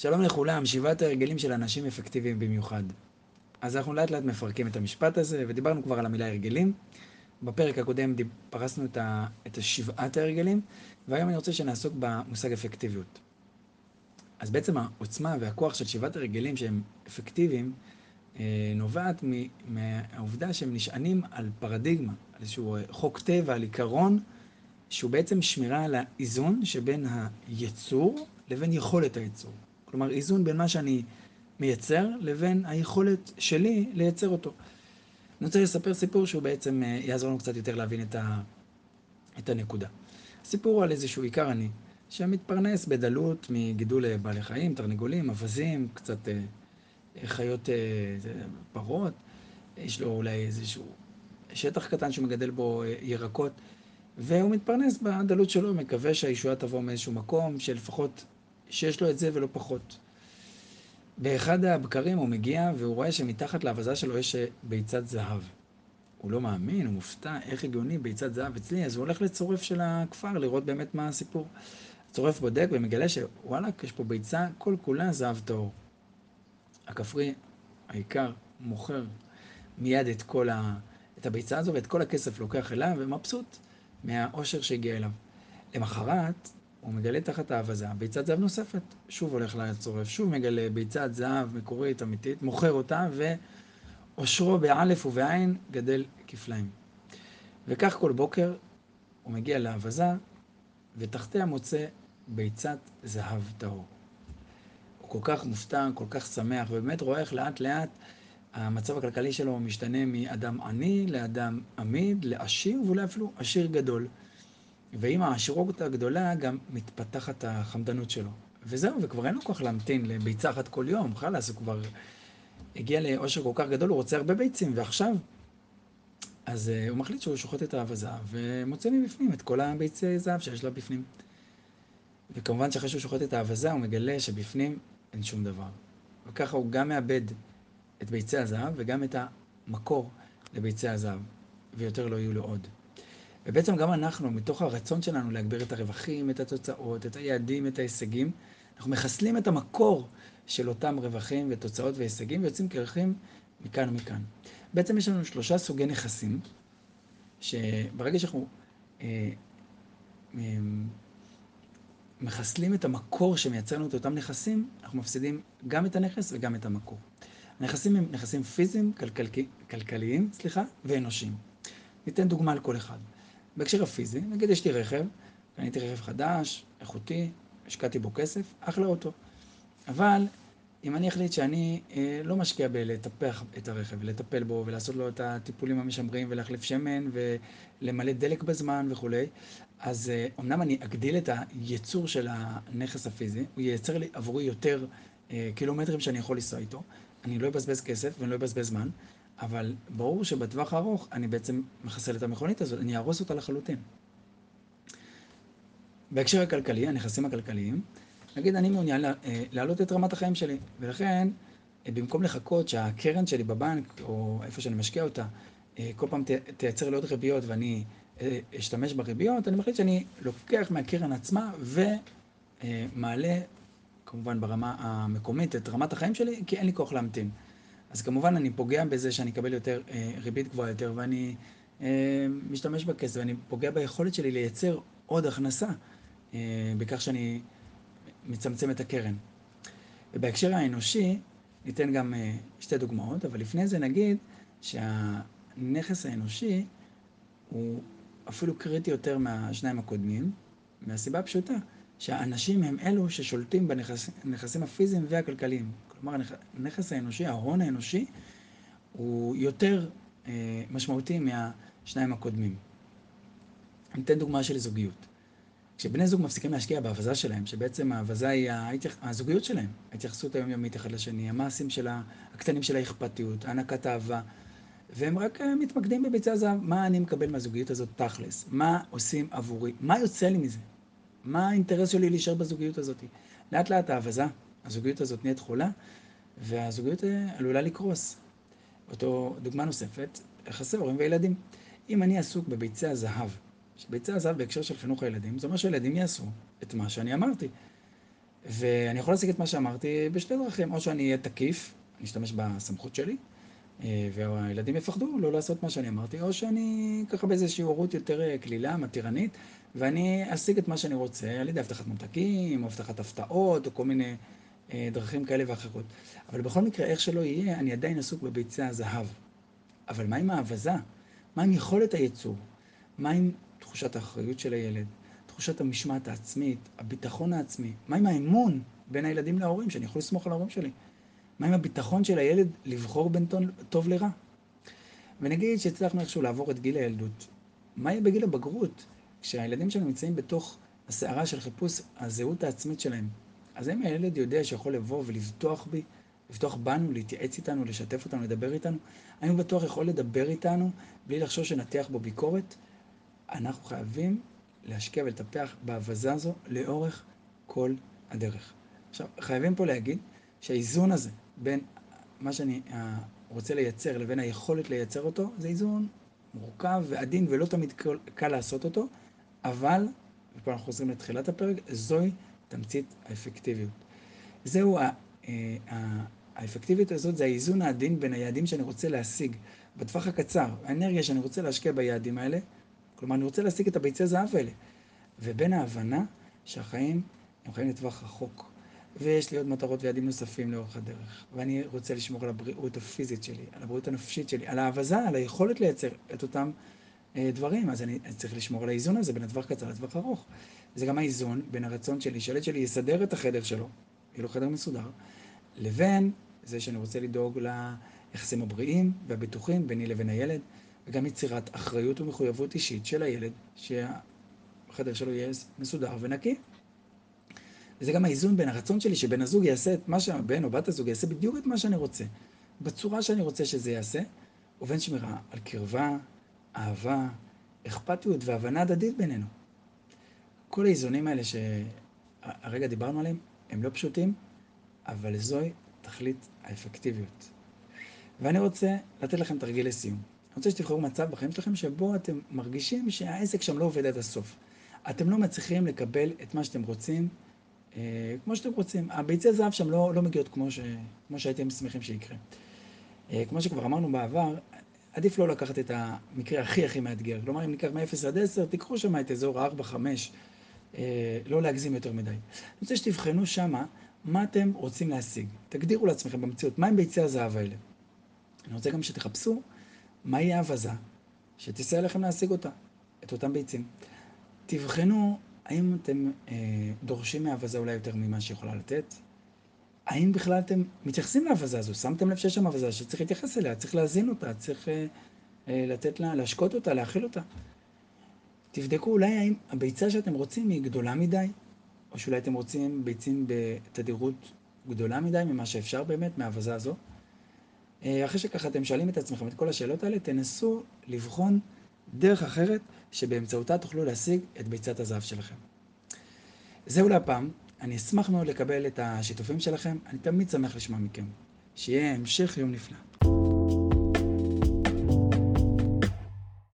שלום לכולם, 7 הרגלים של אנשים אפקטיביים במיוחד. אז אנחנו לאט לאט מפרקים את המשפט הזה, ודיברנו כבר על המילה הרגלים. בפרק הקודם פרסנו את 7 הרגלים, והיום אני רוצה שנעסוק במושג אפקטיביות. אז בעצם העוצמה והכוח של 7 הרגלים שהם אפקטיביים, נובעת מהעובדה שהם נשענים על פרדיגמה, על איזשהו חוק טבע, על עיקרון, שהוא בעצם שמירה על האיזון שבין היצור לבין יכולת הייצור. כלומר, איזון בין מה שאני מייצר לבין היכולת שלי לייצר אותו. אני רוצה לספר סיפור שהוא בעצם יעזור לנו קצת יותר להבין את הנקודה. הסיפור הוא על איזשהו עיקר עני, שמתפרנס בדלות מגידול בעלי חיים, תרנגולים, אווזים, קצת חיות פרות. יש לו אולי איזשהו שטח קטן שהוא מגדל בו ירקות, והוא מתפרנס בדלות שלו, מקווה שהישועה תבוא מאיזשהו מקום, שלפחות שיש לו את זה ולא פחות. באחד הבקרים הוא מגיע והוא רואה שמתחת לאבזה שלו יש ביצת זהב. הוא לא מאמין, הוא מופתע, איך הגיוני ביצת זהב אצלי? אז הוא הולך לצורף של הכפר לראות באמת מה הסיפור. הצורף בודק ומגלה שוואלה, יש פה ביצה כל כולה זהב טהור. הכפרי, העיקר, מוכר מיד את הביצה הזו, ואת כל הכסף לוקח אליו ומבסוט מהאושר שהגיע אליו. למחרת הוא מגלה תחת האבזה ביצת זהב נוספת. שוב הולך לצורף, שוב מגלה ביצת זהב מקורית אמיתית, מוכר אותה, ואושרו באלף ובעין גדל כפליים. וכך כל בוקר הוא מגיע לאבזה, ותחתיה מוצא ביצת זהב טהור. הוא כל כך מופתע, כל כך שמח, ובאמת רואה איך לאט לאט המצב הכלכלי שלו משתנה מאדם עני לאדם עמיד, לעשיר, ואולי אפילו עשיר גדול. ועם העשירות הגדולה גם מתפתחת החמדנות שלו. וזהו, וכבר אין לו כוח להמתין לביצה אחת כל יום, חלאס, הוא כבר הגיע לאושר כל כך גדול, הוא רוצה הרבה ביצים, ועכשיו, אז הוא מחליט שהוא שוחט את האבזה, ומוצא מבפנים את כל הביצי זהב שיש לה בפנים. וכמובן שאחרי שהוא שוחט את האבזה, הוא מגלה שבפנים אין שום דבר. וככה הוא גם מאבד את ביצי הזהב, וגם את המקור לביצי הזהב, ויותר לא יהיו לו עוד. ובעצם גם אנחנו, מתוך הרצון שלנו להגביר את הרווחים, את התוצאות, את היעדים, את ההישגים, אנחנו מחסלים את המקור של אותם רווחים ותוצאות והישגים, ויוצאים קרחים מכאן ומכאן. בעצם יש לנו 3 סוגי נכסים, שברגע שאנחנו מחסלים את המקור שמייצר לנו את אותם נכסים, אנחנו מפסידים גם את הנכס וגם את המקור. הנכסים הם נכסים פיזיים, כלכליים, ואנושיים. ניתן דוגמה על כל אחד. בהקשר הפיזי, נגיד יש לי רכב, קניתי רכב חדש, איכותי, השקעתי בו כסף, אחלה אוטו. אבל אם אני אחליט שאני לא משקיע בלטפח את הרכב, ולטפל בו, ולעשות לו את הטיפולים המשמרים, ולהחליף שמן, ולמלא דלק בזמן וכו', אז אמנם אני אגדיל את הייצור של הנכס הפיזי, הוא ייצר לי עבורי יותר קילומטרים שאני יכול לנסוע איתו, אני לא אבזבז כסף ואני לא אבזבז זמן, אבל ברור שבטווח הארוך אני בעצם מחסל את המכונית הזאת, אני ארוס אותה לחלוטין. בהקשר הכלכלי, הנכסים הכלכליים, נגיד אני מעוניין להעלות את רמת החיים שלי, ולכן במקום לחכות שהקרן שלי בבנק, או איפה שאני משקיע אותה, כל פעם תייצר לי עוד ריביות ואני אשתמש בריביות, אני מחליט שאני לוקח מהקרן עצמה ומעלה, כמובן ברמה המקומית, את רמת החיים שלי, כי אין לי כוח להמתין. אז כמובן אני פוגע בזה שאני אקבל יותר ריבית גבוהה יותר, ואני משתמש בכסף, ואני פוגע ביכולת שלי לייצר עוד הכנסה, בכך שאני מצמצם את הקרן. ובהקשר האנושי, ניתן גם 2 דוגמאות, אבל לפני זה נגיד שהנכס האנושי הוא אפילו קריטי יותר מהשניים הקודמים, מהסיבה הפשוטה, שהאנשים הם אלו ששולטים בנכסים הפיזיים והכלכליים. כלומר, הנכס האנושי, ההון האנושי, הוא יותר משמעותי מהשניים הקודמים. ניתן דוגמה של זוגיות. כשבני זוג מפסיקים להשקיע באבזה שלהם, שבעצם האבזה היא הזוגיות שלהם, ההתייחסות היומיומית אחד לשני, המעשים הקטנים של האכפתיות, הענקת האהבה, והם רק מתמקדים בביצי הזהב. מה אני מקבל מהזוגיות הזאת תכלס? מה עושים עבורי? מה יוצא לי מזה? מה האינטרס שלי להישאר בזוגיות הזאת? לאט לאט האבזה, הזוגיות הזאת נהיית חולה, והזוגיות עלולה לקרוס. אותו דוגמה נוספת, יחסי הורים וילדים. אם אני עסוק בביצי הזהב, שביצי הזהב בהקשר של חינוך הילדים, זה אומר שהילדים יעשו את מה שאני אמרתי. ואני יכול להשיג את מה שאמרתי בשתי דרכים, או שאני אהיה תקיף, אני אשתמש בסמכות שלי, והילדים יפחדו לא לעשות מה שאני אמרתי, או שאני ככה באיזושהי הורות יותר כלילה, מתירנית, ואני אשיג את מה שאני רוצה על ידי הבטחת ממתקים, או הבטחת הפתעות, או כל מיני דרכים כאלה ואחרות. אבל בכל מקרה, איך שלא יהיה, אני עדיין עסוק בביצי הזהב. אבל מה עם האבזה? מה עם יכולת הייצור? מה עם תחושת האחריות של הילד? תחושת המשמעת העצמית, הביטחון העצמי? מה עם האמון בין הילדים להורים, שאני יכול לסמוך על ההורים שלי? מה עם הביטחון של הילד לבחור בין טוב לרע? ונגיד שהצלחנו איכשהו לעבור את גיל הילדות. מה יהיה בגיל הבגרות, כשהילדים שלנו נמצאים בתוך הסערה של חיפוש הזהות העצמית שלהם? אז האם הילד יודע שיכול לבוא ולבטוח בי, לבטוח בנו, להתייעץ איתנו, לשתף אותנו, לדבר איתנו? האם הוא בטוח יכול לדבר איתנו בלי לחשוב שנטיח בו ביקורת? אנחנו חייבים להשקיע ולטפח באבזה הזו לאורך כל הדרך. עכשיו, חייבים פה להגיד שהאיזון הזה בין מה שאני רוצה לייצר לבין היכולת לייצר אותו, זה איזון מורכב ועדין ולא תמיד קל לעשות אותו, אבל, ופה אנחנו חוזרים לתחילת הפרק, זוהי תמצית האפקטיביות. זהו, האפקטיביות הזאת זה האיזון העדין בין היעדים שאני רוצה להשיג בטווח הקצר, האנרגיה שאני רוצה להשקיע ביעדים האלה, כלומר אני רוצה להשיג את הביצי זהב האלה, ובין ההבנה שהחיים הם חיים לטווח רחוק. ויש לי עוד מטרות ויעדים נוספים לאורך הדרך. ואני רוצה לשמור על הבריאות הפיזית שלי, על הבריאות הנפשית שלי, על האבזה, על היכולת לייצר את אותם דברים. אז אני צריך לשמור על האיזון הזה בין הטווח קצר לטווח ארוך. זה גם האיזון בין הרצון שלי, שהילד שלי יסדר את החדר שלו, יהיה לו חדר מסודר, לבין זה שאני רוצה לדאוג ליחסים הבריאים והבטוחים ביני לבין הילד, וגם יצירת אחריות ומחויבות אישית של הילד, שהחדר שלו יהיה מסודר ונקי. וזה גם האיזון בין הרצון שלי שבן הזוג יעשה את מה שבן או בת הזוג יעשה בדיוק את מה שאני רוצה, בצורה שאני רוצה שזה יעשה, ובין שמירה על קרבה, אהבה, אכפתיות והבנה הדדית בינינו. כל האיזונים האלה שהרגע דיברנו עליהם, הם לא פשוטים, אבל זוהי תכלית האפקטיביות. ואני רוצה לתת לכם תרגיל לסיום. אני רוצה שתבחרו מצב בחיים שלכם שבו אתם מרגישים שהעסק שם לא עובד עד הסוף. אתם לא מצליחים לקבל את מה שאתם רוצים, כמו שאתם רוצים. הביצי זהב שם לא מגיעות כמו שהייתם שמחים שיקרה. כמו שכבר אמרנו בעבר, עדיף לא לקחת את המקרה הכי מאתגר. כלומר, אם ניקח מ-0 עד 10, תיקחו שם את אזור 4-5, לא להגזים יותר מדי. אני רוצה שתבחנו שמה מה אתם רוצים להשיג. תגדירו לעצמכם במציאות, מה הם ביצי הזהב האלה. אני רוצה גם שתחפשו מהי האבזה שתסייע לכם להשיג אותה, את אותם ביצים. תבחנו האם אתם דורשים מהאבזה אולי יותר ממה שיכולה לתת. האם בכלל אתם מתייחסים לאבזה הזו? שמתם לב שיש שם אבזה שצריך להתייחס אליה, צריך להזין אותה, צריך לתת לה, להשקות אותה, להאכיל אותה. תבדקו אולי האם הביצה שאתם רוצים היא גדולה מדי, או שאולי אתם רוצים ביצים בתדירות גדולה מדי ממה שאפשר באמת מהאבזה הזו. אחרי שככה אתם שואלים את עצמכם את כל השאלות האלה, תנסו לבחון דרך אחרת שבאמצעותה תוכלו להשיג את ביצת הזהב שלכם. זהו להפעם, אני אשמח מאוד לקבל את השיתופים שלכם, אני תמיד שמח לשמוע מכם. שיהיה המשך יום נפלא.